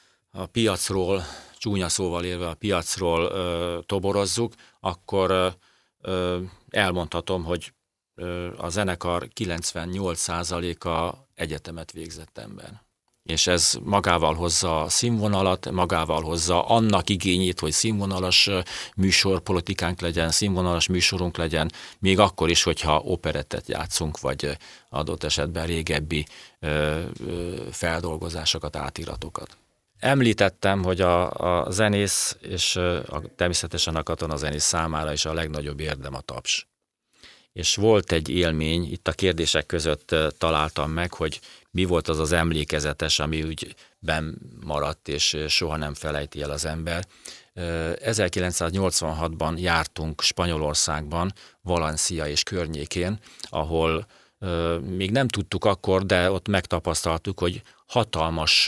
a piacról, csúnya szóval élve a piacról ö, toborozzuk, akkor ö, ö, elmondhatom, hogy ö, a zenekar kilencvennyolc százaléka egyetemet végzett ember. És ez magával hozza a színvonalat, magával hozza annak igényét, hogy színvonalas műsorpolitikánk legyen, színvonalas műsorunk legyen, még akkor is, hogyha operettet játszunk, vagy adott esetben régebbi ö, ö, feldolgozásokat, átiratokat. Említettem, hogy a, a zenész, és a, természetesen a katonazenész számára is a legnagyobb érdem a taps. És volt egy élmény, itt a kérdések között találtam meg, hogy mi volt az az emlékezetes, ami úgy benn maradt, és soha nem felejti el az ember. ezerkilencszáznyolcvanhatban jártunk Spanyolországban, Valencia és környékén, ahol még nem tudtuk akkor, de ott megtapasztaltuk, hogy hatalmas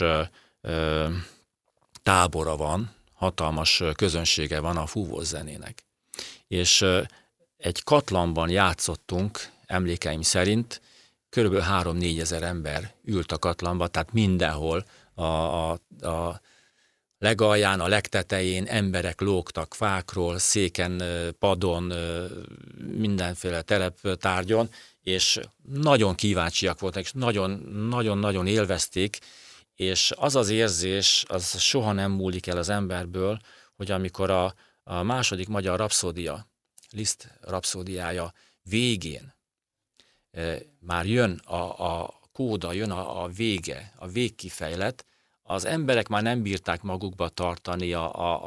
tábora van, hatalmas közönsége van a fúvózenének. És egy katlanban játszottunk, emlékeim szerint, körülbelül három-négyezer ember ült a katlanba, tehát mindenhol a, a, a legalján, a legtetején emberek lógtak fákról, széken, padon, mindenféle tereptárgyon, és nagyon kíváncsiak voltak, és nagyon-nagyon élvezték, és az az érzés, az soha nem múlik el az emberből, hogy amikor a, a második magyar rapszódia, Liszt rapszódiája végén e, már jön a, a kóda, jön a, a vége, a végkifejlet, az emberek már nem bírták magukba tartani a, a, a,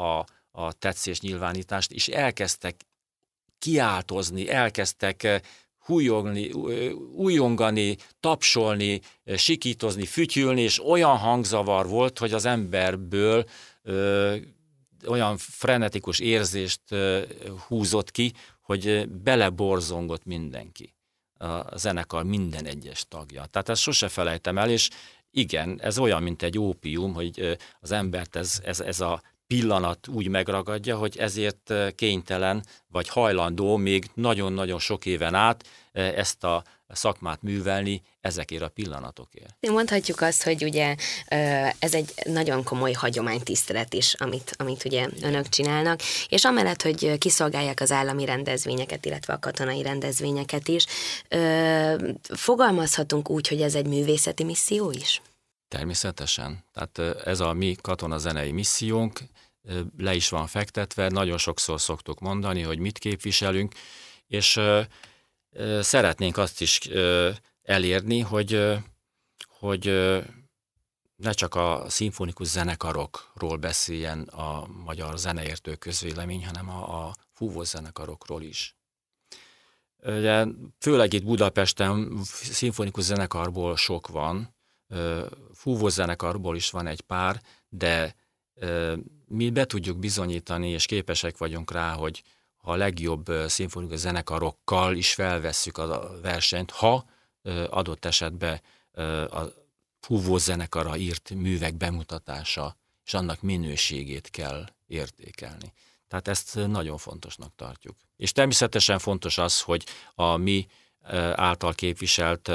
a tetszés nyilvánítást, és elkezdtek kiáltozni, elkezdtek hújogni, újongani, tapsolni, sikítozni, fütyülni, és olyan hangzavar volt, hogy az emberből ö, olyan frenetikus érzést ö, húzott ki, hogy beleborzongott mindenki, a zenekar minden egyes tagja. Tehát ezt sose felejtem el, és igen, ez olyan, mint egy ópium, hogy az embert ez, ez, ez a pillanat úgy megragadja, hogy ezért kénytelen vagy hajlandó még nagyon-nagyon sok éven át ezt a szakmát művelni ezekért a pillanatokért. Mondhatjuk azt, hogy ugye ez egy nagyon komoly hagyománytisztelet is, amit, amit ugye önök csinálnak, és amellett, hogy kiszolgálják az állami rendezvényeket, illetve a katonai rendezvényeket is, fogalmazhatunk úgy, hogy ez egy művészeti misszió is? Természetesen. Tehát ez a mi katonazenei missziónk, le is van fektetve, nagyon sokszor szoktuk mondani, hogy mit képviselünk, és szeretnénk azt is elérni, hogy, hogy ne csak a szimfonikus zenekarokról beszéljen a magyar zeneértő közvélemény, hanem a, a fúvós zenekarokról is. Ugye, főleg itt Budapesten szimfonikus zenekarból sok van, fúvós zenekarból is van egy pár, de mi be tudjuk bizonyítani, és képesek vagyunk rá, hogy a legjobb szimfonikus zenekarokkal is felvesszük a versenyt, ha adott esetben a fúvós zenekarra írt művek bemutatása és annak minőségét kell értékelni. Tehát ezt nagyon fontosnak tartjuk. És természetesen fontos az, hogy a mi által képviselt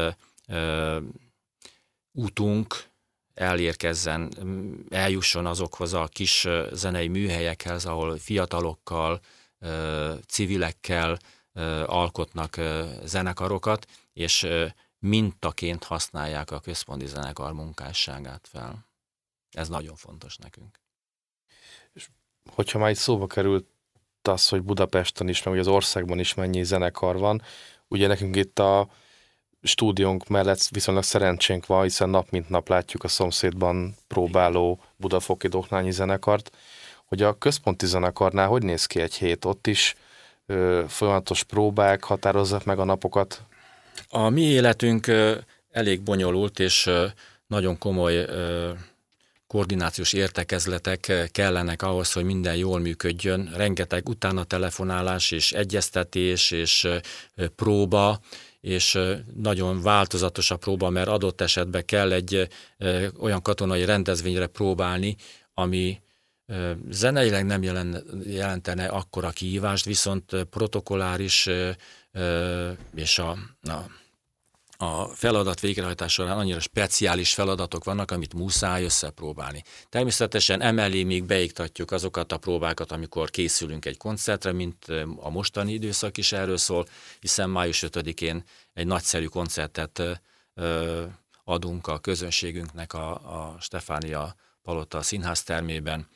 útunk elérkezzen, eljusson azokhoz a kis zenei műhelyekhez, ahol fiatalokkal, civilekkel alkotnak zenekarokat, és mintaként használják a központi zenekar munkásságát fel. Ez nagyon fontos nekünk. És hogyha már itt szóba került az, hogy Budapesten is, meg hogy az országban is mennyi zenekar van, ugye nekünk itt a stúdiónk mellett viszonylag szerencsénk van, hiszen nap mint nap látjuk a szomszédban próbáló budafoki Doknányi zenekart, hogy a központi zenekarnál hogy néz ki egy hét? Ott is ö, folyamatos próbák határozzák meg a napokat? A mi életünk ö, elég bonyolult, és ö, nagyon komoly ö, koordinációs értekezletek kellenek ahhoz, hogy minden jól működjön. Rengeteg utána telefonálás és egyeztetés és ö, próba, és nagyon változatos a próba, mert adott esetben kell egy ö, olyan katonai rendezvényre próbálni, ami ö, zeneileg nem jelen, jelentene akkora kihívást, viszont protokolláris ö, ö, és a, a, a feladat végrehajtás során annyira speciális feladatok vannak, amit muszáj összepróbálni. Természetesen emellé még beiktatjuk azokat a próbákat, amikor készülünk egy koncertre, mint a mostani időszak is erről szól, hiszen május ötödikén egy nagyszerű koncertet ö, adunk a közönségünknek a, a Stefánia Palota színháztermében.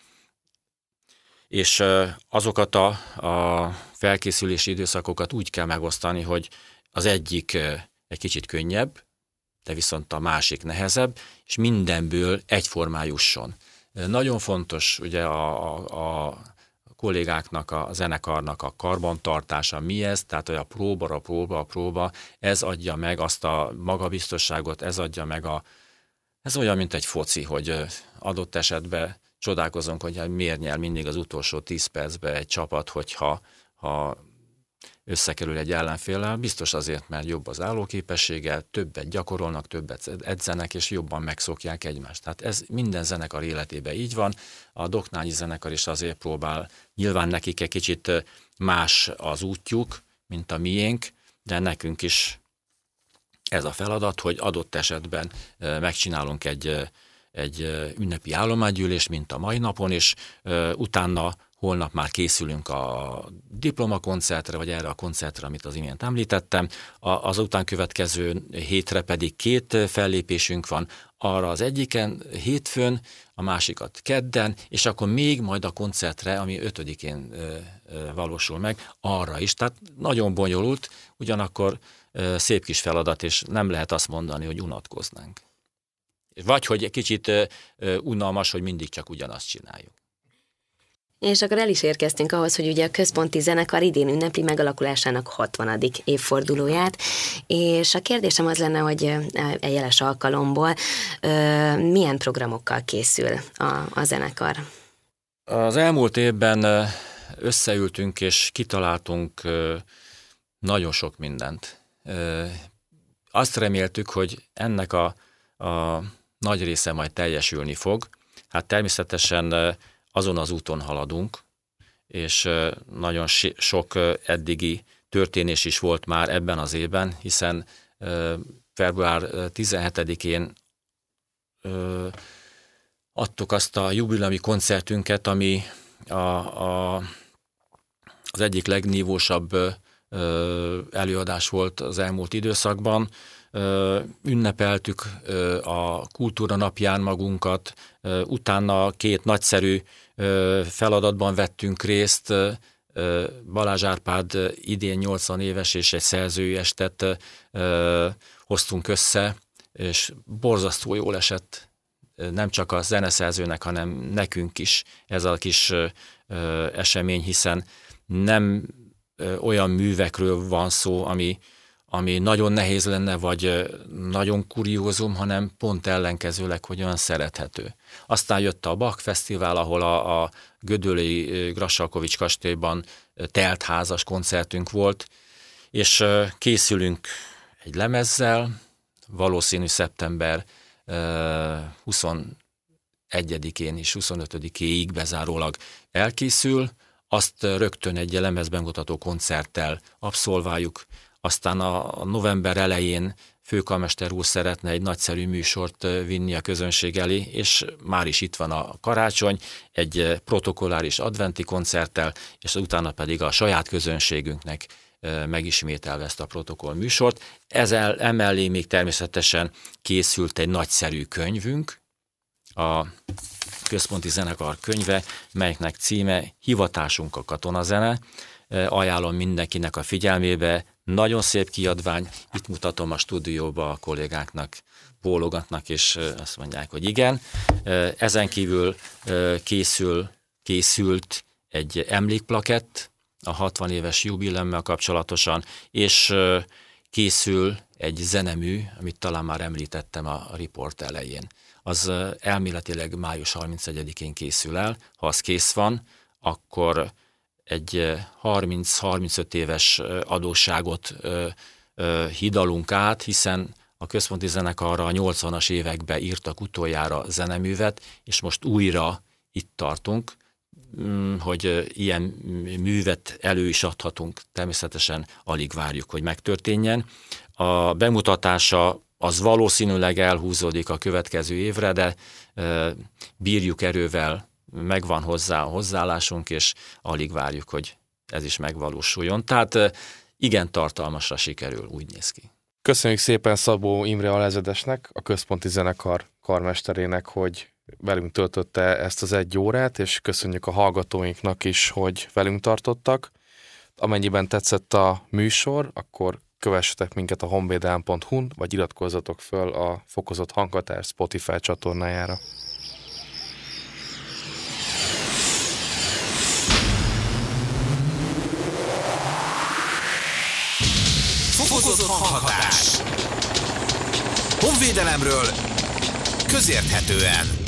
És ö, azokat a, a felkészülési időszakokat úgy kell megosztani, hogy az egyik ö, egy kicsit könnyebb, de viszont a másik nehezebb, és mindenből egyformán jusson. Nagyon fontos ugye a, a, a kollégáknak, a zenekarnak a karbantartása, mi ez, tehát hogy a próba, a próba, a próba, ez adja meg azt a magabiztosságot, ez adja meg a, ez olyan, mint egy foci, hogy adott esetben csodálkozunk, hogy miért nyer mindig az utolsó tíz percben egy csapat, hogyha ha összekerül egy ellenféllel, biztos azért, mert jobb az állóképessége, többet gyakorolnak, többet edzenek, és jobban megszokják egymást. Tehát ez minden zenekar életében így van. A Doknányi zenekar is azért próbál, nyilván nekik egy kicsit más az útjuk, mint a miénk, de nekünk is ez a feladat, hogy adott esetben megcsinálunk egy, egy ünnepi állománygyűlést, mint a mai napon, és utána holnap már készülünk a diplomakoncertre, vagy erre a koncertre, amit az imént említettem. Az után következő hétre pedig két fellépésünk van, arra az egyiken hétfőn, a másikat kedden, és akkor még majd a koncertre, ami ötödikén valósul meg, arra is. Tehát nagyon bonyolult, ugyanakkor szép kis feladat, és nem lehet azt mondani, hogy unatkoznánk. Vagy hogy egy kicsit unalmas, hogy mindig csak ugyanazt csináljuk. És akkor el is érkeztünk ahhoz, hogy ugye a központi zenekar idén ünnepli megalakulásának hatvanadik évfordulóját, és a kérdésem az lenne, hogy e jeles alkalomból milyen programokkal készül a, a zenekar? Az elmúlt évben összeültünk és kitaláltunk nagyon sok mindent. Azt reméltük, hogy ennek a, a nagy része majd teljesülni fog. Hát természetesen azon az úton haladunk, és nagyon sok eddigi történés is volt már ebben az évben, hiszen február tizenhetedikén adtuk azt a jubileumi koncertünket, ami a, a, az egyik legnívósabb előadás volt az elmúlt időszakban. Ünnepeltük a Kultúra napján magunkat, utána két nagyszerű feladatban vettünk részt, Balázs Árpád idén nyolcvan éves és egy szerzői estet hoztunk össze, és borzasztó jól esett nem csak a zeneszerzőnek, hanem nekünk is ez a kis esemény, hiszen nem olyan művekről van szó, ami, ami nagyon nehéz lenne, vagy nagyon kuriózum, hanem pont ellenkezőleg, hogy olyan szerethető. Aztán jött a Bach Fesztivál, ahol a, a gödöllői Grassalkovich kastélyban teltházas koncertünk volt, és készülünk egy lemezzel, valószínű szeptember huszonegyedikén és huszonötödikéig bezárólag elkészül, azt rögtön egy lemezbemutató koncerttel abszolváljuk, aztán a november elején főkarmester úr szeretne egy nagyszerű műsort vinni a közönség elé, és már is itt van a karácsony, egy protokolláris adventi koncerttel, és utána pedig a saját közönségünknek megismételve ezt a protokoll műsort. Ezzel emellé még természetesen készült egy nagyszerű könyvünk, a Központi Zenekar könyve, melynek címe Hivatásunk a katonazene. Ajánlom mindenkinek a figyelmébe, nagyon szép kiadvány, itt mutatom a stúdióba a kollégáknak, bólogatnak, és azt mondják, hogy igen. Ezen kívül készül, készült egy emlékplakett a hatvan éves jubileummal kapcsolatosan, és készül egy zenemű, amit talán már említettem a riport elején. Az elméletileg május harmincegyedikén készül el, ha az kész van, akkor egy harminc-harmincöt éves adósságot hidalunk át, hiszen a Központi Zenekarra a nyolcvanas években írtak utoljára zeneművet, és most újra itt tartunk, hogy ilyen művet elő is adhatunk. Természetesen alig várjuk, hogy megtörténjen. A bemutatása az valószínűleg elhúzódik a következő évre, de bírjuk erővel, megvan hozzá a hozzáállásunk, és alig várjuk, hogy ez is megvalósuljon. Tehát igen tartalmasra sikerül, úgy néz ki. Köszönjük szépen Szabó Imre alezredesnek, a Központi Zenekar karmesterének, hogy velünk töltötte ezt az egy órát, és köszönjük a hallgatóinknak is, hogy velünk tartottak. Amennyiben tetszett a műsor, akkor kövessetek minket a honvédelem pont hu-n, vagy iratkozzatok föl a Fokozott Hanghatás Spotify csatornájára. Fokozott hanghatás. Honvédelemről közérthetően.